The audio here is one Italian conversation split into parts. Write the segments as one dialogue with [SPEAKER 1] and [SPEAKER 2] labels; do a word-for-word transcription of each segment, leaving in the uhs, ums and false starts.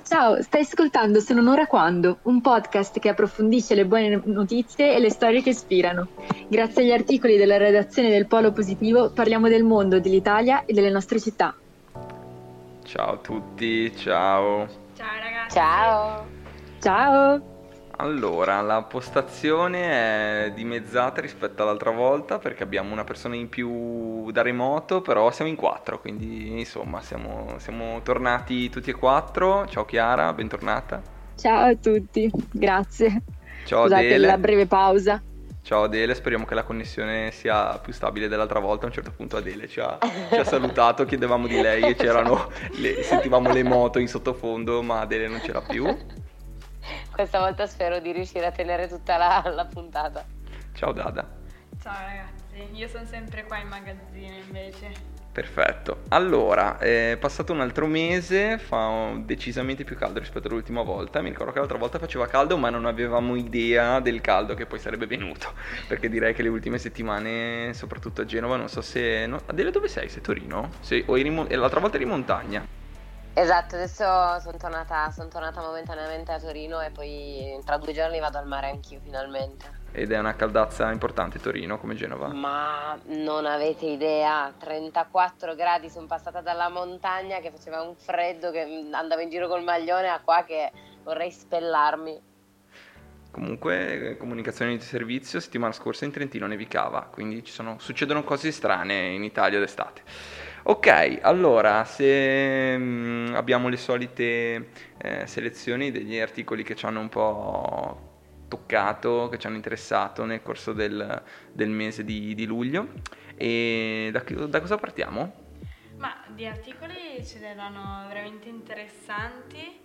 [SPEAKER 1] Ciao, stai ascoltando Sono un'ora quando, un podcast che approfondisce le buone notizie e le storie che ispirano. Grazie agli articoli della redazione del Polo Positivo parliamo del mondo, dell'Italia e delle nostre città.
[SPEAKER 2] Ciao a tutti, ciao.
[SPEAKER 3] Ciao ragazzi.
[SPEAKER 4] Ciao!
[SPEAKER 1] Ciao!
[SPEAKER 2] Allora, la postazione è dimezzata rispetto all'altra volta perché abbiamo una persona in più da remoto, però siamo in quattro, quindi insomma siamo, siamo tornati tutti e quattro. Ciao Chiara, bentornata.
[SPEAKER 1] Ciao a tutti, grazie.
[SPEAKER 2] Ciao
[SPEAKER 1] Scusate
[SPEAKER 2] Adele.
[SPEAKER 1] la breve pausa.
[SPEAKER 2] Ciao Adele, speriamo che la connessione sia più stabile dell'altra volta. A un certo punto Adele ci ha, ci ha salutato, chiedevamo di lei e c'erano le, sentivamo le moto in sottofondo, ma Adele non c'era più.
[SPEAKER 4] Questa volta spero di riuscire a tenere tutta la, la puntata.
[SPEAKER 2] Ciao Dada.
[SPEAKER 3] Ciao ragazzi, io sono sempre qua in magazzino invece.
[SPEAKER 2] Perfetto, allora è passato un altro mese, fa decisamente più caldo rispetto all'ultima volta. Mi ricordo che l'altra volta faceva caldo ma non avevamo idea del caldo che poi sarebbe venuto, perché direi che le ultime settimane, soprattutto a Genova, non so se... No, Adele, dove sei? Sei a Torino? Sei... O eri in mon- l'altra volta eri in montagna?
[SPEAKER 4] Esatto, adesso sono tornata, son tornata momentaneamente a Torino e poi tra due giorni vado al mare anch'io finalmente.
[SPEAKER 2] Ed è una caldezza importante Torino come Genova.
[SPEAKER 4] Ma non avete idea, trentaquattro gradi, sono passata dalla montagna che faceva un freddo che andavo in giro col maglione a qua che vorrei spellarmi.
[SPEAKER 2] Comunque, comunicazione di servizio, settimana scorsa in Trentino nevicava, quindi ci sono, succedono cose strane in Italia d'estate. Ok, allora, se mh, abbiamo le solite eh, selezioni degli articoli che ci hanno un po' toccato, che ci hanno interessato nel corso del, del mese di, di luglio, e da, da cosa partiamo?
[SPEAKER 3] Ma di articoli ce n'erano veramente interessanti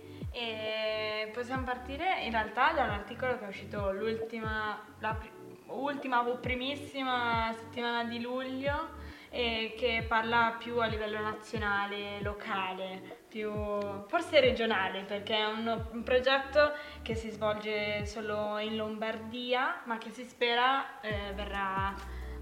[SPEAKER 3] e possiamo partire in realtà da un articolo che è uscito l'ultima, la pri- ultima o primissima settimana di luglio e che parla più a livello nazionale, locale, più forse regionale, perché è un, un progetto che si svolge solo in Lombardia, ma che si spera eh, verrà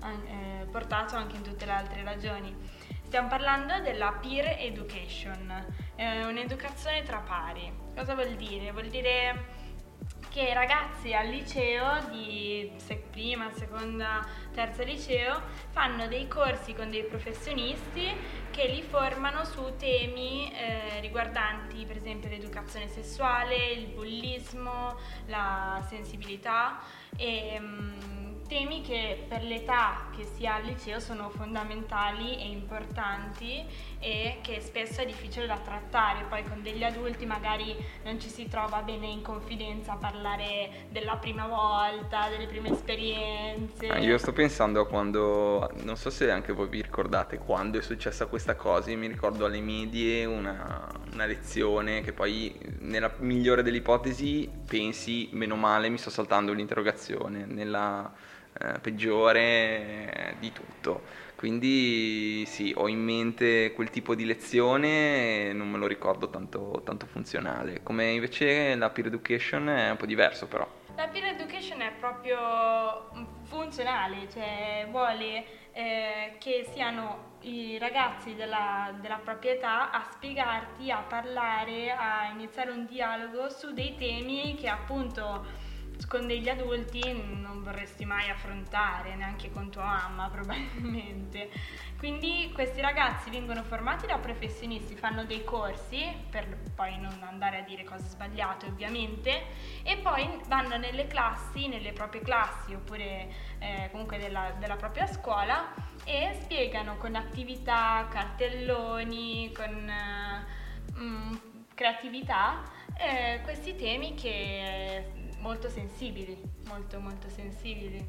[SPEAKER 3] eh, portato anche in tutte le altre regioni. Stiamo parlando della peer education, eh, un'educazione tra pari. Cosa vuol dire? Vuol dire che i ragazzi al liceo di se- prima, seconda, terza liceo fanno dei corsi con dei professionisti che li formano su temi eh, riguardanti per esempio l'educazione sessuale, il bullismo, la sensibilità e mm, temi che per l'età che si ha al liceo sono fondamentali e importanti e che spesso è difficile da trattare. Poi con degli adulti magari non ci si trova bene in confidenza a parlare della prima volta, delle prime esperienze.
[SPEAKER 2] Ah, io sto pensando a quando, non so se anche voi vi ricordate quando è successa questa cosa. Io mi ricordo alle medie una, una lezione che poi nella migliore delle ipotesi pensi meno male mi sto saltando l'interrogazione, nella eh, peggiore eh, di tutto. Quindi sì, ho in mente quel tipo di lezione e non me lo ricordo tanto, tanto funzionale. Come invece la peer education è un po' diverso però.
[SPEAKER 3] La peer education è proprio funzionale, cioè vuole eh, che siano i ragazzi della, della propria età a spiegarti, a parlare, a iniziare un dialogo su dei temi che appunto con degli adulti non vorresti mai affrontare, neanche con tua mamma probabilmente. Quindi questi ragazzi vengono formati da professionisti, fanno dei corsi per poi non andare a dire cose sbagliate ovviamente, e poi vanno nelle classi, nelle proprie classi oppure eh, comunque della, della propria scuola e spiegano con attività, cartelloni, con eh, mh, creatività eh, questi temi che molto sensibili, molto molto sensibili.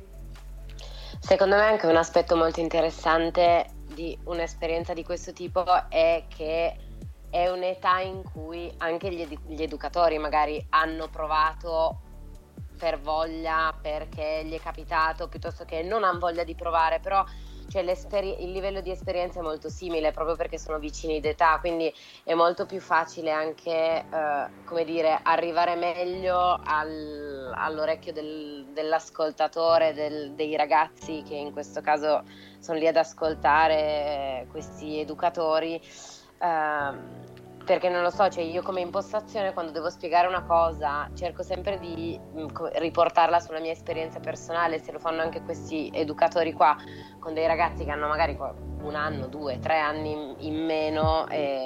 [SPEAKER 4] Secondo me anche un aspetto molto interessante di un'esperienza di questo tipo è che è un'età in cui anche gli, edu- gli educatori magari hanno provato per voglia, perché gli è capitato, piuttosto che non hanno voglia di provare, però cioè il livello di esperienza è molto simile proprio perché sono vicini d'età, quindi è molto più facile anche eh, come dire arrivare meglio al, all'orecchio del, dell'ascoltatore, del, dei ragazzi che in questo caso sono lì ad ascoltare questi educatori, eh, perché non lo so, cioè io come impostazione quando devo spiegare una cosa cerco sempre di mh, riportarla sulla mia esperienza personale. Se lo fanno anche questi educatori qua con dei ragazzi che hanno magari un anno, due, tre anni in meno,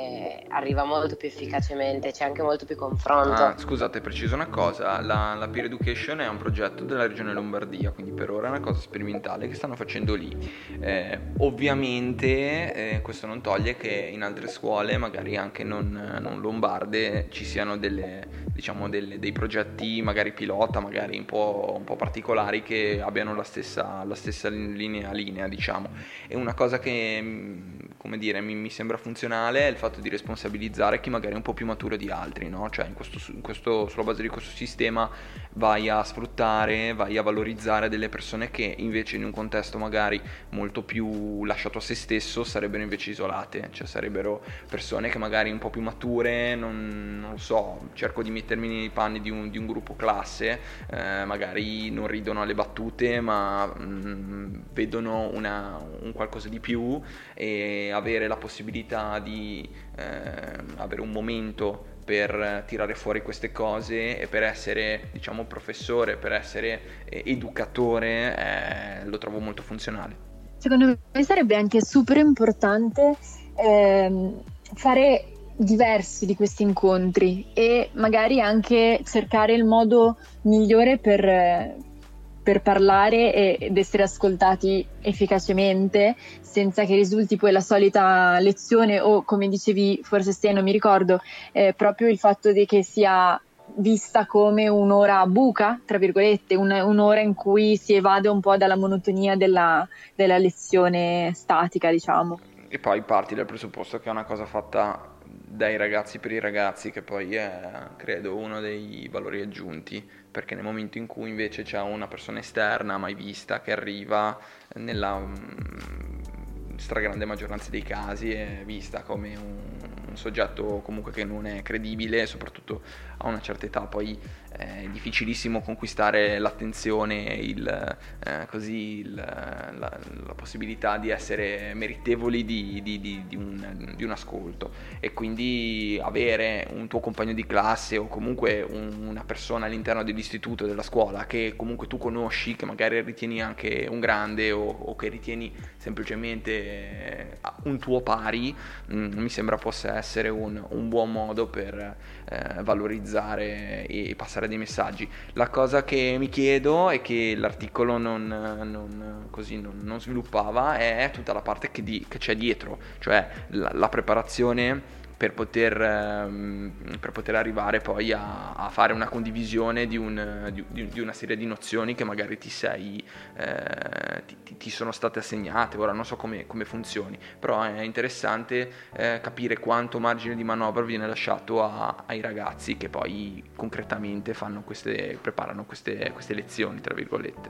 [SPEAKER 4] e arriva molto più efficacemente, c'è anche molto più confronto.
[SPEAKER 2] Ah, scusate, preciso una cosa, la, la Peer Education è un progetto della regione Lombardia, quindi per ora è una cosa sperimentale che stanno facendo lì. Eh, ovviamente eh, questo non toglie che in altre scuole, magari anche non, non lombarde, ci siano delle, diciamo, delle, dei progetti magari pilota, magari un po', un po' particolari, che abbiano la stessa, la stessa linea, linea, diciamo. E una cosa che, come dire, mi, mi sembra funzionale è il fatto di responsabilizzare chi magari è un po' più maturo di altri, no? Cioè in questo, in questo, sulla base di questo sistema vai a sfruttare, vai a valorizzare delle persone che invece in un contesto magari molto più lasciato a se stesso sarebbero invece isolate, cioè sarebbero persone che magari un po' più mature, non, non lo so, cerco di mettermi nei panni di un, di un gruppo classe, eh, magari non ridono alle battute ma mh, vedono una, un qualcosa di più, e avere la possibilità di eh, avere un momento per tirare fuori queste cose e per essere, diciamo, professore, per essere eh, educatore, eh, lo trovo molto funzionale.
[SPEAKER 1] Secondo me sarebbe anche super importante ehm, fare diversi di questi incontri e magari anche cercare il modo migliore per, eh, per parlare e- ed essere ascoltati efficacemente, senza che risulti poi la solita lezione o, come dicevi forse Ste, non mi ricordo, eh, proprio il fatto di che sia vista come un'ora buca, tra virgolette, un- un'ora in cui si evade un po' dalla monotonia della, della lezione statica, diciamo.
[SPEAKER 2] E poi parti dal presupposto che è una cosa fatta dai ragazzi per i ragazzi, che poi è, credo, uno dei valori aggiunti, perché nel momento in cui invece c'è una persona esterna mai vista che arriva, nella mm, stragrande maggioranza dei casi è vista come un, un soggetto comunque che non è credibile, soprattutto a una certa età. Poi è difficilissimo conquistare l'attenzione, il, eh, così il, la, la possibilità di essere meritevoli di, di, di, di, un, di un ascolto, e quindi avere un tuo compagno di classe o comunque un, una persona all'interno dell'istituto, della scuola, che comunque tu conosci, che magari ritieni anche un grande o, o che ritieni semplicemente un tuo pari, mh, mi sembra possa essere un, un buon modo per eh, valorizzare e passare dei messaggi. La cosa che mi chiedo e che l'articolo non, non, così non, non sviluppava è tutta la parte che, di, che c'è dietro, cioè la, la preparazione per poter, ehm, per poter arrivare poi a, a fare una condivisione di, un, di, di una serie di nozioni che magari ti sei eh, ti, ti sono state assegnate. Ora non so come, come funzioni, però è interessante eh, capire quanto margine di manovra viene lasciato a, ai ragazzi che poi concretamente fanno queste, preparano queste, queste lezioni, tra virgolette.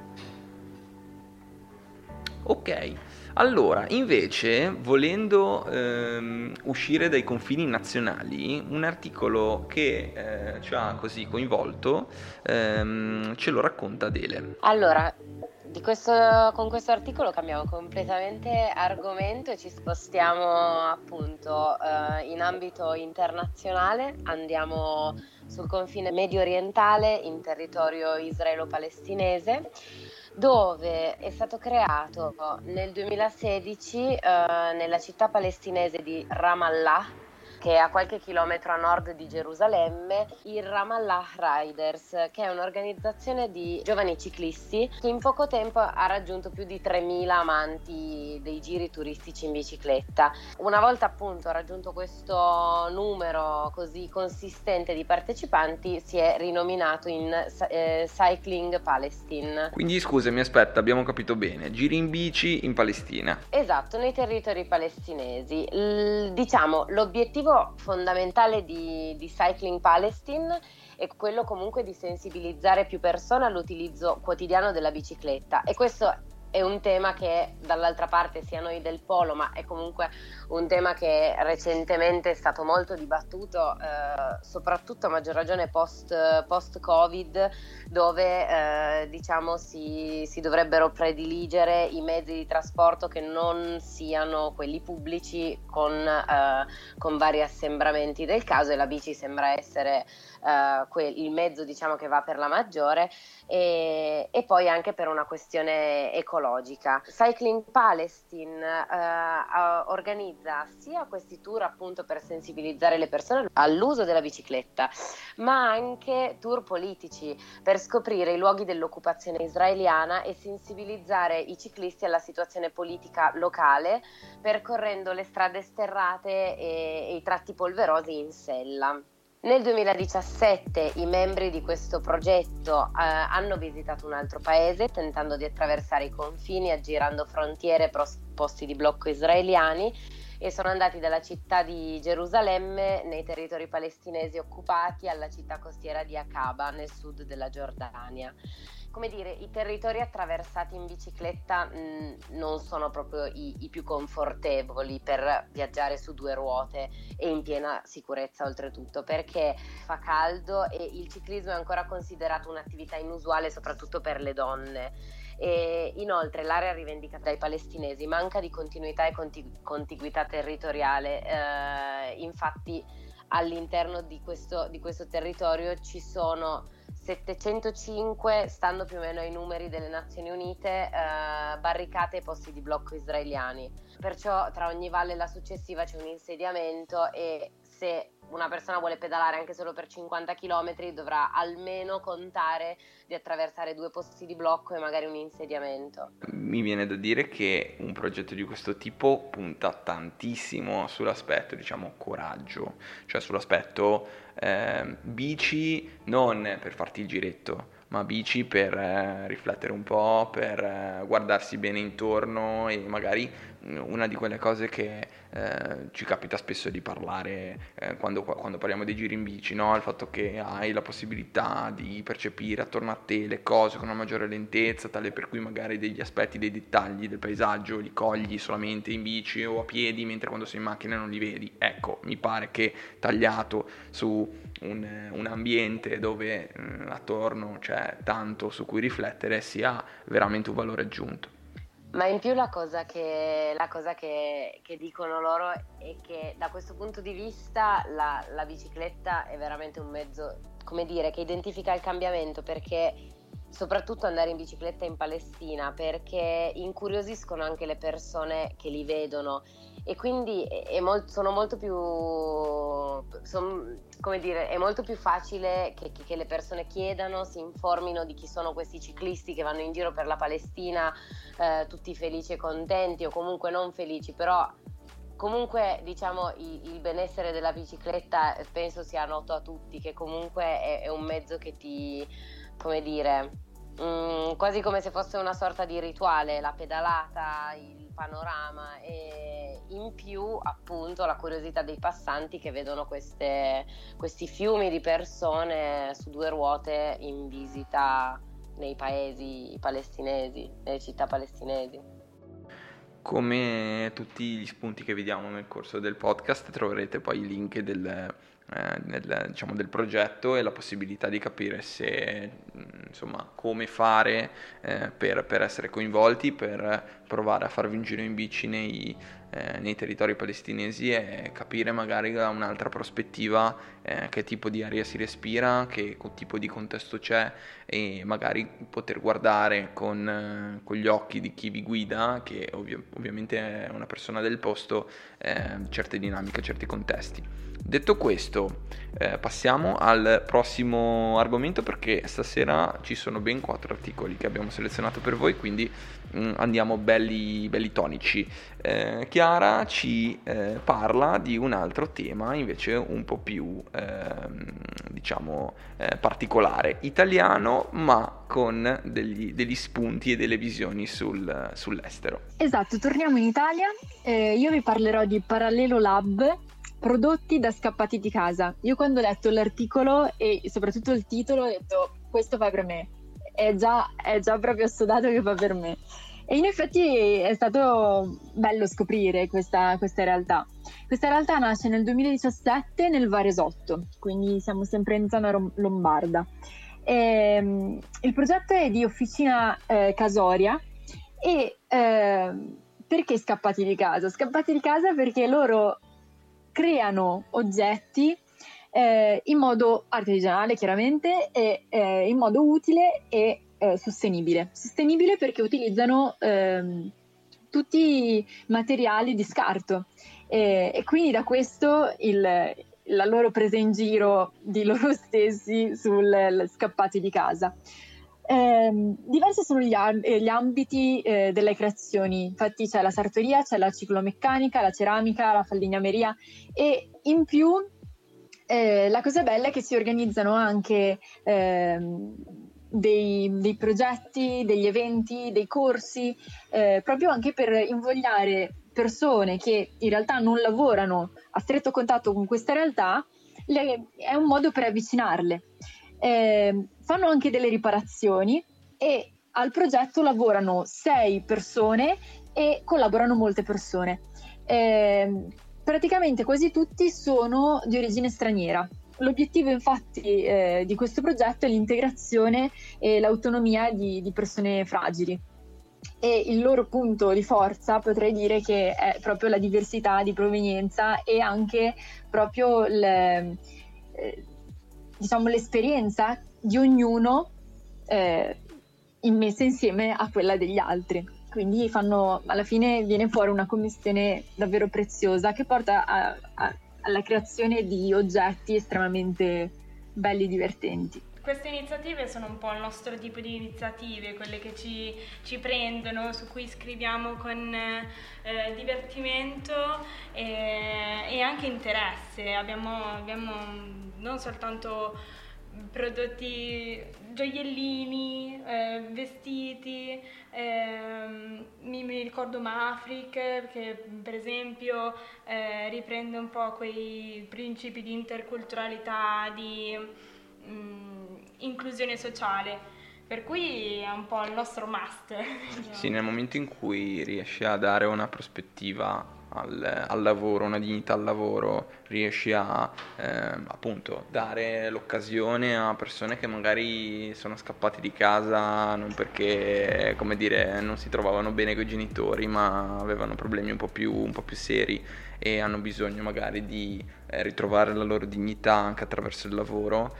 [SPEAKER 2] Ok. Allora, invece, volendo ehm, uscire dai confini nazionali, un articolo che eh, ci ha così coinvolto ehm, ce lo racconta Adele.
[SPEAKER 4] Allora, di questo, con questo articolo cambiamo completamente argomento e ci spostiamo appunto eh, in ambito internazionale, andiamo sul confine medio orientale in territorio israelo-palestinese, dove è stato creato nel duemilasedici eh, nella città palestinese di Ramallah, che è a qualche chilometro a nord di Gerusalemme, il Ramallah Riders, che è un'organizzazione di giovani ciclisti che in poco tempo ha raggiunto più di tremila amanti dei giri turistici in bicicletta. Una volta appunto raggiunto questo numero così consistente di partecipanti, si è rinominato in eh, Cycling Palestine.
[SPEAKER 2] Quindi scusami, aspetta, abbiamo capito bene, giri in bici in Palestina.
[SPEAKER 4] Esatto, nei territori palestinesi. L- diciamo, l'obiettivo fondamentale di, di Cycling Palestine è quello comunque di sensibilizzare più persone all'utilizzo quotidiano della bicicletta, e questo è un tema che dall'altra parte sia noi del Polo, ma è comunque un tema che recentemente è stato molto dibattuto, eh, soprattutto a maggior ragione post, post-Covid, dove eh, diciamo si, si dovrebbero prediligere i mezzi di trasporto che non siano quelli pubblici con, eh, con vari assembramenti del caso, e la bici sembra essere eh, que- il mezzo, diciamo, che va per la maggiore, e, e poi anche per una questione ecologica. Cycling Palestine eh, organizza sia questi tour appunto per sensibilizzare le persone all'uso della bicicletta, ma anche tour politici per scoprire i luoghi dell'occupazione israeliana e sensibilizzare i ciclisti alla situazione politica locale, percorrendo le strade sterrate e, e i tratti polverosi in sella. Nel duemiladiciassette i membri di questo progetto eh, hanno visitato un altro paese, tentando di attraversare i confini, aggirando frontiere e posti di blocco israeliani, e sono andati dalla città di Gerusalemme nei territori palestinesi occupati alla città costiera di Aqaba nel sud della Giordania. Come dire, i territori attraversati in bicicletta mh, non sono proprio i, i più confortevoli per viaggiare su due ruote e in piena sicurezza oltretutto, perché fa caldo e il ciclismo è ancora considerato un'attività inusuale soprattutto per le donne. E inoltre l'area rivendicata dai palestinesi manca di continuità e contig- contiguità territoriale, eh, infatti all'interno di questo, di questo territorio ci sono settecentocinque, stando più o meno ai numeri delle Nazioni Unite, eh, barricate e posti di blocco israeliani. Perciò tra ogni valle e la successiva c'è un insediamento, e se una persona vuole pedalare anche solo per cinquanta chilometri dovrà almeno contare di attraversare due posti di blocco e magari un insediamento.
[SPEAKER 2] Mi viene da dire che un progetto di questo tipo punta tantissimo sull'aspetto, diciamo, coraggio, cioè sull'aspetto eh, bici non per farti il giretto, ma bici per eh, riflettere un po', per eh, guardarsi bene intorno, e magari una di quelle cose che eh, ci capita spesso di parlare eh, quando, quando parliamo dei giri in bici, no? Il fatto che hai la possibilità di percepire attorno a te le cose con una maggiore lentezza, tale per cui magari degli aspetti, dei dettagli del paesaggio li cogli solamente in bici o a piedi, mentre quando sei in macchina non li vedi. Ecco, mi pare che tagliato su un, un ambiente dove eh, attorno c'è tanto su cui riflettere sia veramente un valore aggiunto.
[SPEAKER 4] Ma in più la cosa che, la cosa che, che dicono loro è che da questo punto di vista la, la bicicletta è veramente un mezzo, come dire, che identifica il cambiamento, perché soprattutto andare in bicicletta in Palestina, perché incuriosiscono anche le persone che li vedono, e quindi è, è molt, sono molto più, son, come dire, è molto più facile che, che le persone chiedano, si informino di chi sono questi ciclisti che vanno in giro per la Palestina, eh, tutti felici e contenti, o comunque non felici, però comunque diciamo il, il benessere della bicicletta penso sia noto a tutti, che comunque è, è un mezzo che ti, come dire, mh, quasi come se fosse una sorta di rituale, la pedalata, il panorama, e in più appunto la curiosità dei passanti che vedono queste, questi fiumi di persone su due ruote in visita nei paesi palestinesi, nelle città palestinesi.
[SPEAKER 2] Come tutti gli spunti che vediamo nel corso del podcast, troverete poi i link del, eh, del, diciamo, del progetto e la possibilità di capire se, insomma, come fare eh, per, per essere coinvolti, per provare a farvi un giro in bici nei, eh, nei territori palestinesi e capire magari da un'altra prospettiva eh, che tipo di aria si respira, che tipo di contesto c'è, e magari poter guardare con, eh, con gli occhi di chi vi guida, che ovvi- ovviamente è una persona del posto, eh, certe dinamiche, certi contesti. Detto questo, eh, passiamo al prossimo argomento, perché stasera ci sono ben quattro articoli che abbiamo selezionato per voi, quindi mh, andiamo belli, belli tonici. Eh, Chiara ci eh, parla di un altro tema invece un po' più eh, diciamo eh, particolare, italiano, ma con degli, degli spunti e delle visioni sul, sull'estero.
[SPEAKER 1] Esatto, torniamo in Italia. Eh, io vi parlerò di Parallelo Lab, prodotti da scappati di casa. Io quando ho letto l'articolo e soprattutto il titolo ho detto questo fa per me, è già, è già proprio assodato che fa per me. E in effetti è stato bello scoprire questa, questa realtà. Questa realtà nasce nel duemiladiciassette nel Varesotto, quindi siamo sempre in zona rom- lombarda. E, um, il progetto è di Officina eh, Casoria e eh, perché Scappati di casa? Scappati di casa perché loro creano oggetti eh, in modo artigianale chiaramente e eh, in modo utile e eh, sostenibile. Sostenibile perché utilizzano ehm, tutti materiali di scarto e, e quindi da questo il, la loro presa in giro di loro stessi sul Scappati di casa. Eh, diversi sono gli, am- gli ambiti eh, delle creazioni, infatti c'è la sartoria, c'è la ciclomeccanica, la ceramica, la falegnameria e in più eh, la cosa bella è che si organizzano anche ehm, dei, dei progetti, degli eventi, dei corsi, eh, proprio anche per invogliare persone che in realtà non lavorano a stretto contatto con questa realtà, le, è un modo per avvicinarle. Eh, fanno anche delle riparazioni e al progetto lavorano sei persone e collaborano molte persone. Eh, praticamente quasi tutti sono di origine straniera. L'obiettivo infatti eh, di questo progetto è l'integrazione e l'autonomia di, di persone fragili e il loro punto di forza potrei dire che è proprio la diversità di provenienza e anche proprio le, eh, diciamo l'esperienza di ognuno eh, immessa insieme a quella degli altri. Quindi fanno, alla fine viene fuori una commistione davvero preziosa che porta a, a, alla creazione di oggetti estremamente belli e divertenti.
[SPEAKER 3] Queste iniziative sono un po' il nostro tipo di iniziative, quelle che ci, ci prendono, su cui scriviamo con eh, divertimento e, e anche interesse. Abbiamo, abbiamo non soltanto prodotti, gioiellini, eh, vestiti, eh, mi, mi ricordo Mafric che per esempio eh, riprende un po' quei principi di interculturalità, di mh, inclusione sociale, per cui è un po' il nostro must.
[SPEAKER 2] Sì, nel momento in cui riesci a dare una prospettiva al, al lavoro, una dignità al lavoro, riesci a eh, appunto dare l'occasione a persone che magari sono scappati di casa non perché, come dire, non si trovavano bene con i genitori, ma avevano problemi un po' più, un po' più seri e hanno bisogno magari di eh, ritrovare la loro dignità anche attraverso il lavoro.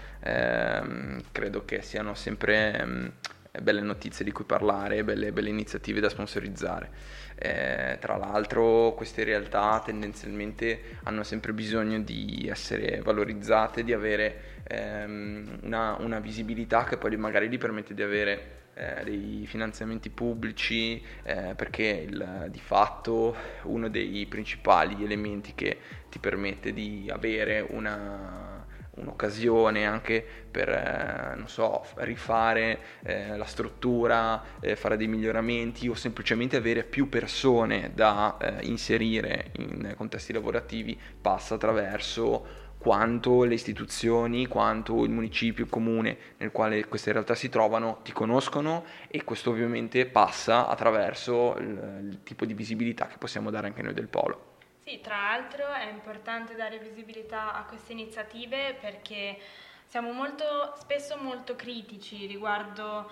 [SPEAKER 2] Ehm, credo che siano sempre ehm, belle notizie di cui parlare, belle, belle iniziative da sponsorizzare. Eh, tra l'altro queste realtà tendenzialmente hanno sempre bisogno di essere valorizzate, di avere ehm, una, una visibilità che poi magari gli permette di avere eh, dei finanziamenti pubblici, eh, perché il, di fatto uno dei principali elementi che ti permette di avere una un'occasione anche per, eh, non so, rifare eh, la struttura, eh, fare dei miglioramenti o semplicemente avere più persone da eh, inserire in contesti lavorativi passa attraverso quanto le istituzioni, quanto il municipio, il comune nel quale queste realtà si trovano ti conoscono, e questo ovviamente passa attraverso il, il tipo di visibilità che possiamo dare anche noi del Polo.
[SPEAKER 3] Sì, tra l'altro è importante dare visibilità a queste iniziative perché siamo molto, spesso molto critici riguardo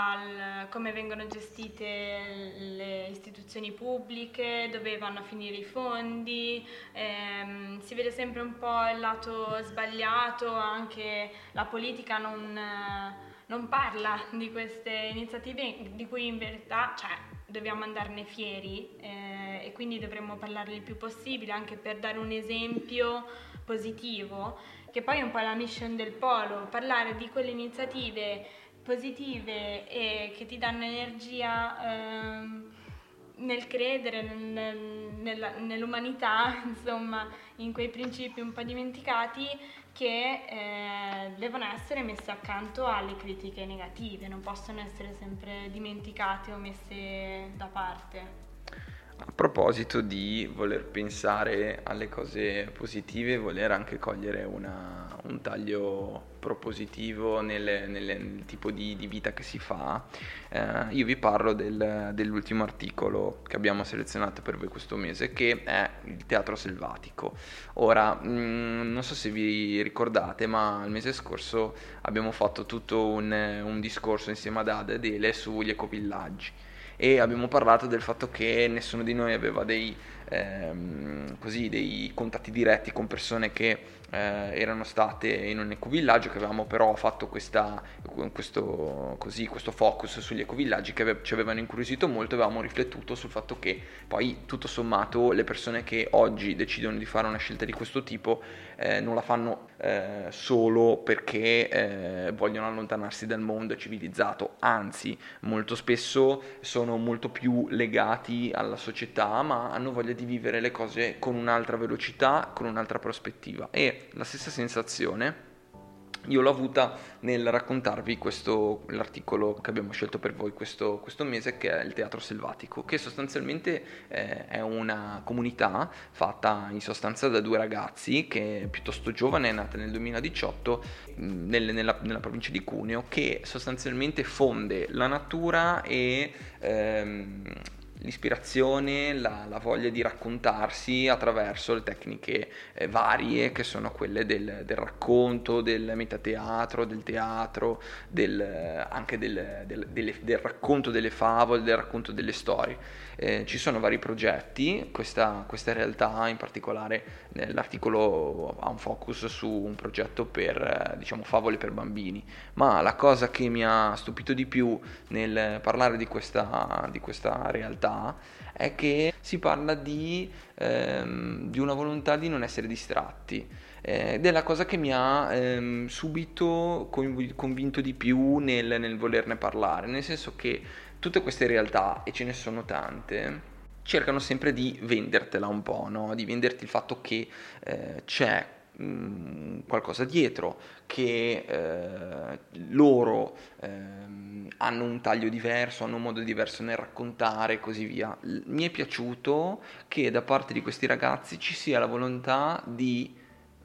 [SPEAKER 3] al come vengono gestite le istituzioni pubbliche, dove vanno a finire i fondi, ehm, si vede sempre un po' il lato sbagliato, anche la politica non, non parla di queste iniziative di cui in verità, cioè, dobbiamo andarne fieri eh, e quindi dovremmo parlarne il più possibile anche per dare un esempio positivo, che poi è un po' la mission del Polo, parlare di quelle iniziative positive e che ti danno energia ehm, nel credere nel, nella, nell'umanità, insomma, in quei principi un po' dimenticati che eh, devono essere messe accanto alle critiche negative, non possono essere sempre dimenticate o messe da parte.
[SPEAKER 2] A proposito di voler pensare alle cose positive, voler anche cogliere una, un taglio propositivo nel, nel, nel tipo di, di vita che si fa, eh, io vi parlo del, dell'ultimo articolo che abbiamo selezionato per voi questo mese, che è il teatro selvatico. Ora, mh, non so se vi ricordate, ma il mese scorso abbiamo fatto tutto un, un discorso insieme ad Ada ed Ele sugli ecovillaggi. E abbiamo parlato del fatto che nessuno di noi aveva dei, ehm, così, dei contatti diretti con persone che eh, erano state in un ecovillaggio, che avevamo però fatto questa, questo, così, questo focus sugli ecovillaggi che ave- ci avevano incuriosito molto, e avevamo riflettuto sul fatto che poi tutto sommato le persone che oggi decidono di fare una scelta di questo tipo eh, non la fanno eh, solo perché eh, vogliono allontanarsi dal mondo civilizzato, anzi molto spesso sono molto più legati alla società, ma hanno voglia di vivere le cose con un'altra velocità, con un'altra prospettiva. E la stessa sensazione io l'ho avuta nel raccontarvi questo, l'articolo che abbiamo scelto per voi questo, questo mese, che è il Teatro Selvatico, che sostanzialmente eh, è una comunità fatta in sostanza da due ragazzi, che è piuttosto giovane, è nata nel duemiladiciotto mh, nel, nella, nella provincia di Cuneo, che sostanzialmente fonde la natura e ehm, l'ispirazione, la, la voglia di raccontarsi attraverso le tecniche eh, varie, che sono quelle del, del racconto, del metateatro, del teatro, del, anche del, del, delle, del racconto delle favole, del racconto delle storie. Eh, ci sono vari progetti, questa, questa realtà in particolare nell'articolo ha un focus su un progetto per eh, diciamo favole per bambini, ma la cosa che mi ha stupito di più nel parlare di questa, di questa realtà è che si parla di, ehm, di una volontà di non essere distratti, eh, ed è la cosa che mi ha ehm, subito conv- convinto di più nel, nel volerne parlare, nel senso che tutte queste realtà, e ce ne sono tante, cercano sempre di vendertela un po', no? Di venderti il fatto che eh, c'è mh, qualcosa dietro, che eh, loro ehm, hanno un taglio diverso, hanno un modo diverso nel raccontare e così via. L- mi è piaciuto che da parte di questi ragazzi ci sia la volontà di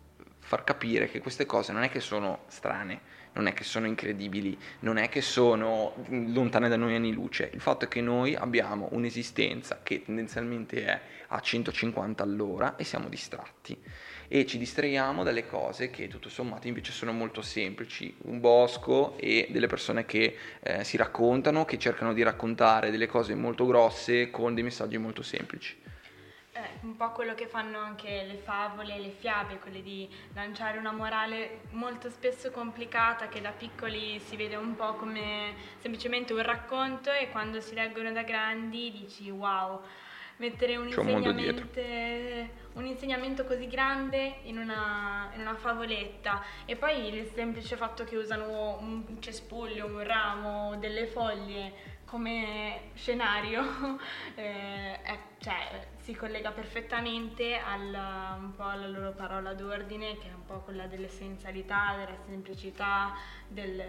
[SPEAKER 2] far capire che queste cose non è che sono strane, non è che sono incredibili, non è che sono lontane da noi anni luce. Il fatto è che noi abbiamo un'esistenza che tendenzialmente è a centocinquanta all'ora e siamo distratti. E ci distraiamo dalle cose che tutto sommato invece sono molto semplici, un bosco e delle persone che eh, si raccontano, che cercano di raccontare delle cose molto grosse con dei messaggi molto semplici.
[SPEAKER 3] Eh, un po' quello che fanno anche le favole, le fiabe, quelle di lanciare una morale molto spesso complicata, che da piccoli si vede un po' come semplicemente un racconto, e quando si leggono da grandi dici wow, mettere un,
[SPEAKER 2] C'è un mondo
[SPEAKER 3] insegnamento, un insegnamento così grande in una, in una favoletta. E poi il semplice fatto che usano un cespuglio, un ramo, delle foglie come scenario eh, è, cioè, si collega perfettamente alla, un po' alla loro parola d'ordine, che è un po' quella dell'essenzialità, della semplicità, del...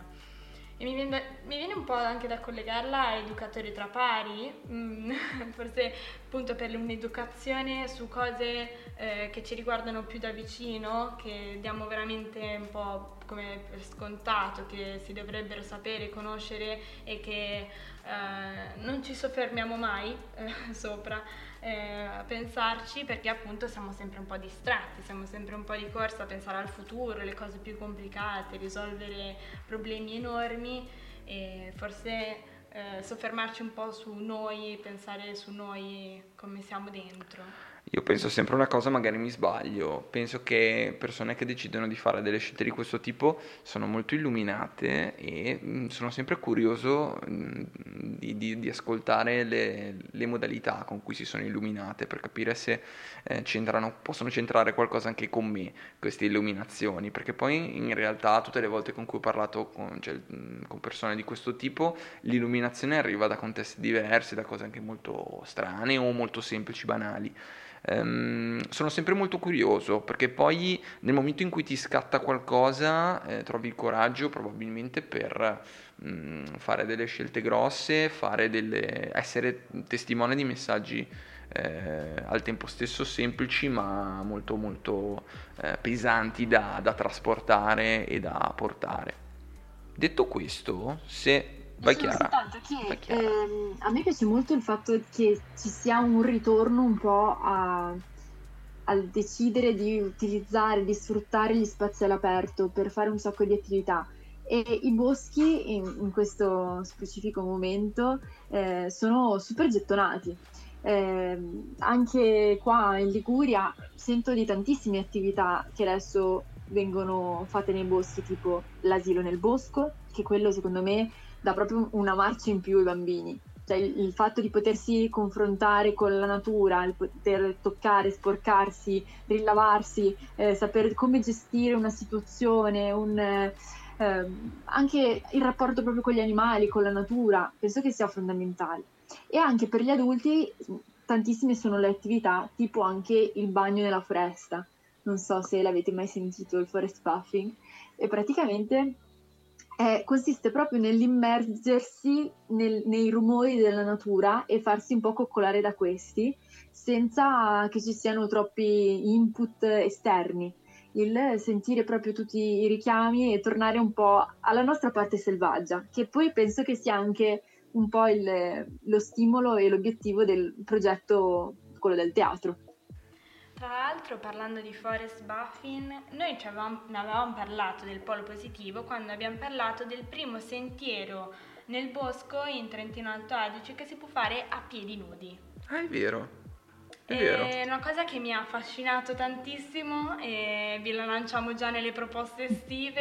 [SPEAKER 3] E mi viene, da, mi viene un po' anche da collegarla a educatori tra pari, mm, forse appunto per un'educazione su cose eh, che ci riguardano più da vicino, che diamo veramente un po' come per scontato, che si dovrebbero sapere, conoscere, e che eh, non ci soffermiamo mai eh, sopra eh, a pensarci, perché appunto siamo sempre un po' distratti, siamo sempre un po' di corsa a pensare al futuro, le cose più complicate, risolvere problemi enormi, e forse eh, soffermarci un po' su noi, pensare su noi come siamo dentro.
[SPEAKER 2] Io penso sempre una cosa, magari mi sbaglio, penso che persone che decidono di fare delle scelte di questo tipo sono molto illuminate e mh, sono sempre curioso mh, di, di- di ascoltare le, le modalità con cui si sono illuminate, per capire se eh, c'entrano, possono centrare qualcosa anche con me, queste illuminazioni, perché poi in realtà tutte le volte con cui ho parlato con, cioè, mh, con persone di questo tipo, l'illuminazione arriva da contesti diversi, da cose anche molto strane o molto semplici, banali. Ehm, sono sempre molto curioso, perché poi nel momento in cui ti scatta qualcosa eh, trovi il coraggio probabilmente per mh, fare delle scelte grosse, fare delle, essere testimone di messaggi eh, al tempo stesso semplici ma molto molto eh, pesanti da, da trasportare e da portare. Detto questo, se... Vai
[SPEAKER 1] Dicevo
[SPEAKER 2] Chiara.
[SPEAKER 1] soltanto
[SPEAKER 2] Vai
[SPEAKER 1] che
[SPEAKER 2] Chiara.
[SPEAKER 1] ehm, a me piace molto il fatto che ci sia un ritorno un po' a, al decidere di utilizzare, di sfruttare gli spazi all'aperto per fare un sacco di attività. E i boschi in, in questo specifico momento eh, sono super gettonati. Eh, anche qua in Liguria sento di tantissime attività che adesso vengono fatte nei boschi, tipo l'asilo nel bosco, che quello secondo me dà proprio una marcia in più ai bambini. Cioè il, il fatto di potersi confrontare con la natura, il poter toccare, sporcarsi, rilavarsi, eh, sapere come gestire una situazione, un, eh, anche il rapporto proprio con gli animali, con la natura, penso che sia fondamentale. E anche per gli adulti tantissime sono le attività, tipo anche il bagno nella foresta. Non so se l'avete mai sentito, il forest bathing, e praticamente eh, consiste proprio nell'immergersi nel- nei rumori della natura e farsi un po' coccolare da questi, senza che ci siano troppi input esterni. Il sentire proprio tutti i richiami e tornare un po' alla nostra parte selvaggia, che poi penso che sia anche un po' il- lo stimolo e l'obiettivo del progetto, quello del teatro.
[SPEAKER 3] Tra l'altro, parlando di Forest Buffin, noi ci avevamo, ne avevamo parlato del polo positivo quando abbiamo parlato del primo sentiero nel bosco in Trentino Alto Adige che si può fare a piedi nudi.
[SPEAKER 2] Ah, è vero. È
[SPEAKER 3] È
[SPEAKER 2] vero.
[SPEAKER 3] una cosa che mi ha affascinato tantissimo e vi la lanciamo già nelle proposte estive.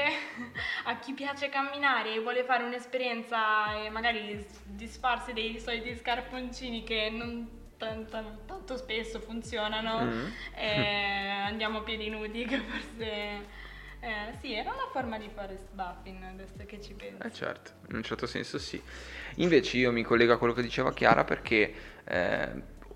[SPEAKER 3] A chi piace camminare e vuole fare un'esperienza e magari disfarsi dei soliti scarponcini che non tanto, tanto spesso funzionano,
[SPEAKER 2] Mm.
[SPEAKER 3] eh, andiamo a piedi nudi, che forse... Eh, sì, era una forma di forest bathing, adesso che ci penso.
[SPEAKER 2] Eh certo, in un certo senso sì. Invece io mi collego a quello che diceva Chiara perché eh,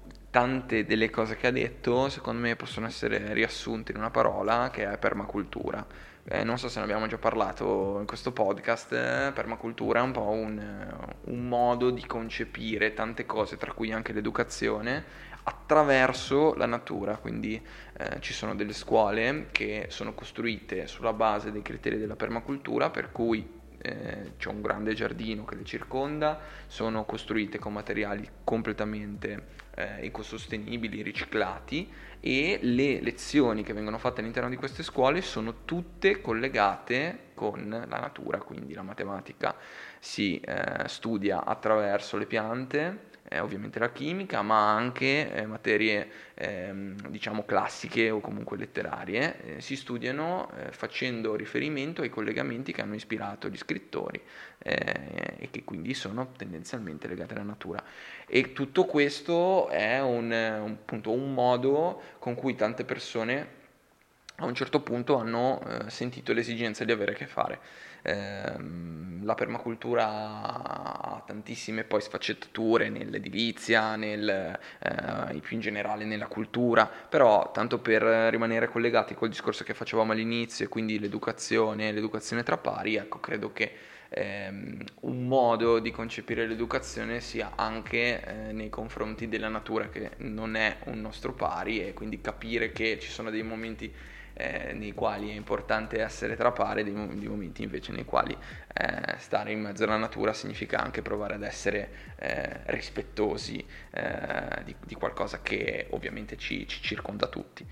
[SPEAKER 2] tante delle cose che ha detto secondo me possono essere riassunte in una parola che è permacultura. Eh, non so se ne abbiamo già parlato in questo podcast, eh, permacultura è un po' un, eh, un modo di concepire tante cose, tra cui anche l'educazione, attraverso la natura, quindi eh, ci sono delle scuole che sono costruite sulla base dei criteri della permacultura, per cui eh, c'è un grande giardino che le circonda, sono costruite con materiali completamente eh, ecosostenibili, riciclati, e le lezioni che vengono fatte all'interno di queste scuole sono tutte collegate con la natura, quindi la matematica si eh, studia attraverso le piante, eh, ovviamente la chimica, ma anche eh, materie ehm, diciamo classiche o comunque letterarie, eh, si studiano eh, facendo riferimento ai collegamenti che hanno ispirato gli scrittori eh, e che quindi sono tendenzialmente legati alla natura. E tutto questo è un, un, appunto, un modo con cui tante persone a un certo punto hanno eh, sentito l'esigenza di avere a che fare. Ehm, la permacultura ha tantissime poi sfaccettature nell'edilizia, nel, eh, più in generale nella cultura, però tanto per rimanere collegati col discorso che facevamo all'inizio, e quindi l'educazione, l'educazione tra pari, ecco, credo che ehm, un modo di concepire l'educazione sia anche eh, nei confronti della natura, che non è un nostro pari, e quindi capire che ci sono dei momenti Eh, nei quali è importante essere tra pari, dei, dei momenti invece nei quali eh, stare in mezzo alla natura significa anche provare ad essere eh, rispettosi eh, di, di qualcosa che ovviamente ci, ci circonda tutti.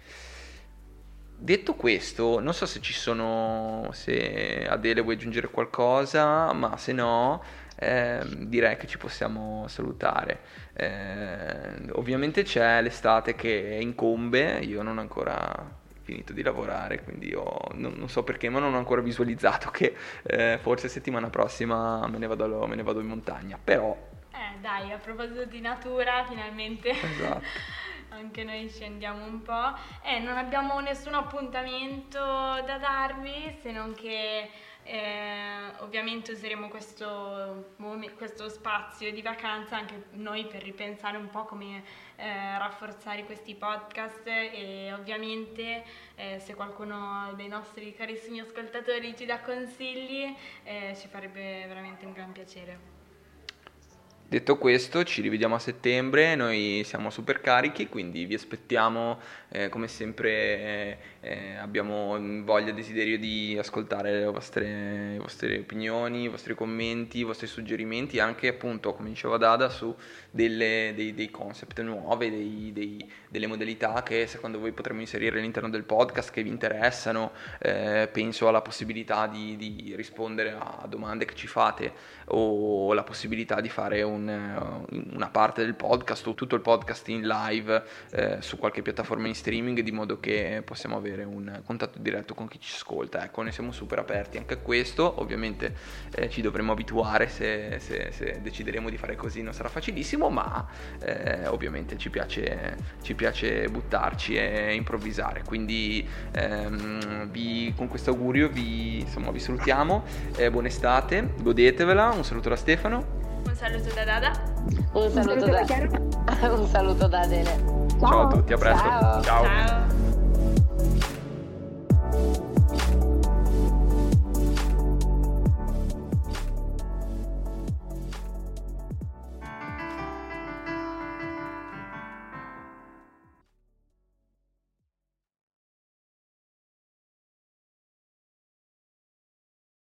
[SPEAKER 2] Detto questo, non so se ci sono, se Adele vuoi aggiungere qualcosa, ma se no eh, direi che ci possiamo salutare. Eh, ovviamente c'è l'estate che incombe, io non ho ancora finito di lavorare, quindi ho, non, non so perché, ma non ho ancora visualizzato che eh, forse settimana prossima me ne vado, me ne vado in montagna, però...
[SPEAKER 3] Eh dai, a proposito di natura, finalmente
[SPEAKER 2] Esatto.
[SPEAKER 3] anche noi scendiamo un po'. Eh, non abbiamo nessun appuntamento da darvi, se non che Eh, ovviamente useremo questo, questo spazio di vacanza anche noi per ripensare un po' come eh, rafforzare questi podcast, e ovviamente eh, se qualcuno dei nostri carissimi ascoltatori ci dà consigli eh, ci farebbe veramente un gran piacere.
[SPEAKER 2] Detto questo, ci rivediamo a settembre, noi siamo super carichi, quindi vi aspettiamo, eh, come sempre eh, eh, abbiamo voglia e desiderio di ascoltare le vostre, le vostre opinioni, i vostri commenti, i vostri suggerimenti, anche appunto, come diceva Dada, su delle, dei, dei concept nuovi, dei, dei, delle modalità che secondo voi potremmo inserire all'interno del podcast, che vi interessano. Eh, penso alla possibilità di, di rispondere a domande che ci fate, o la possibilità di fare un una parte del podcast o tutto il podcast in live eh, su qualche piattaforma in streaming, di modo che possiamo avere un contatto diretto con chi ci ascolta. Ecco, noi siamo super aperti anche a questo. Ovviamente eh, ci dovremo abituare, se, se, se decideremo di fare così non sarà facilissimo, ma eh, ovviamente ci piace, ci piace buttarci e improvvisare, quindi ehm, vi, con questo augurio vi, insomma, vi salutiamo, eh, buona estate, godetevela. Un saluto da Stefano.
[SPEAKER 3] Un saluto da Dada.
[SPEAKER 4] Un saluto, un saluto da, da un saluto da Adele.
[SPEAKER 2] Ciao, Ciao a tutti, a presto.
[SPEAKER 4] Ciao.
[SPEAKER 2] Ciao.
[SPEAKER 3] Ciao.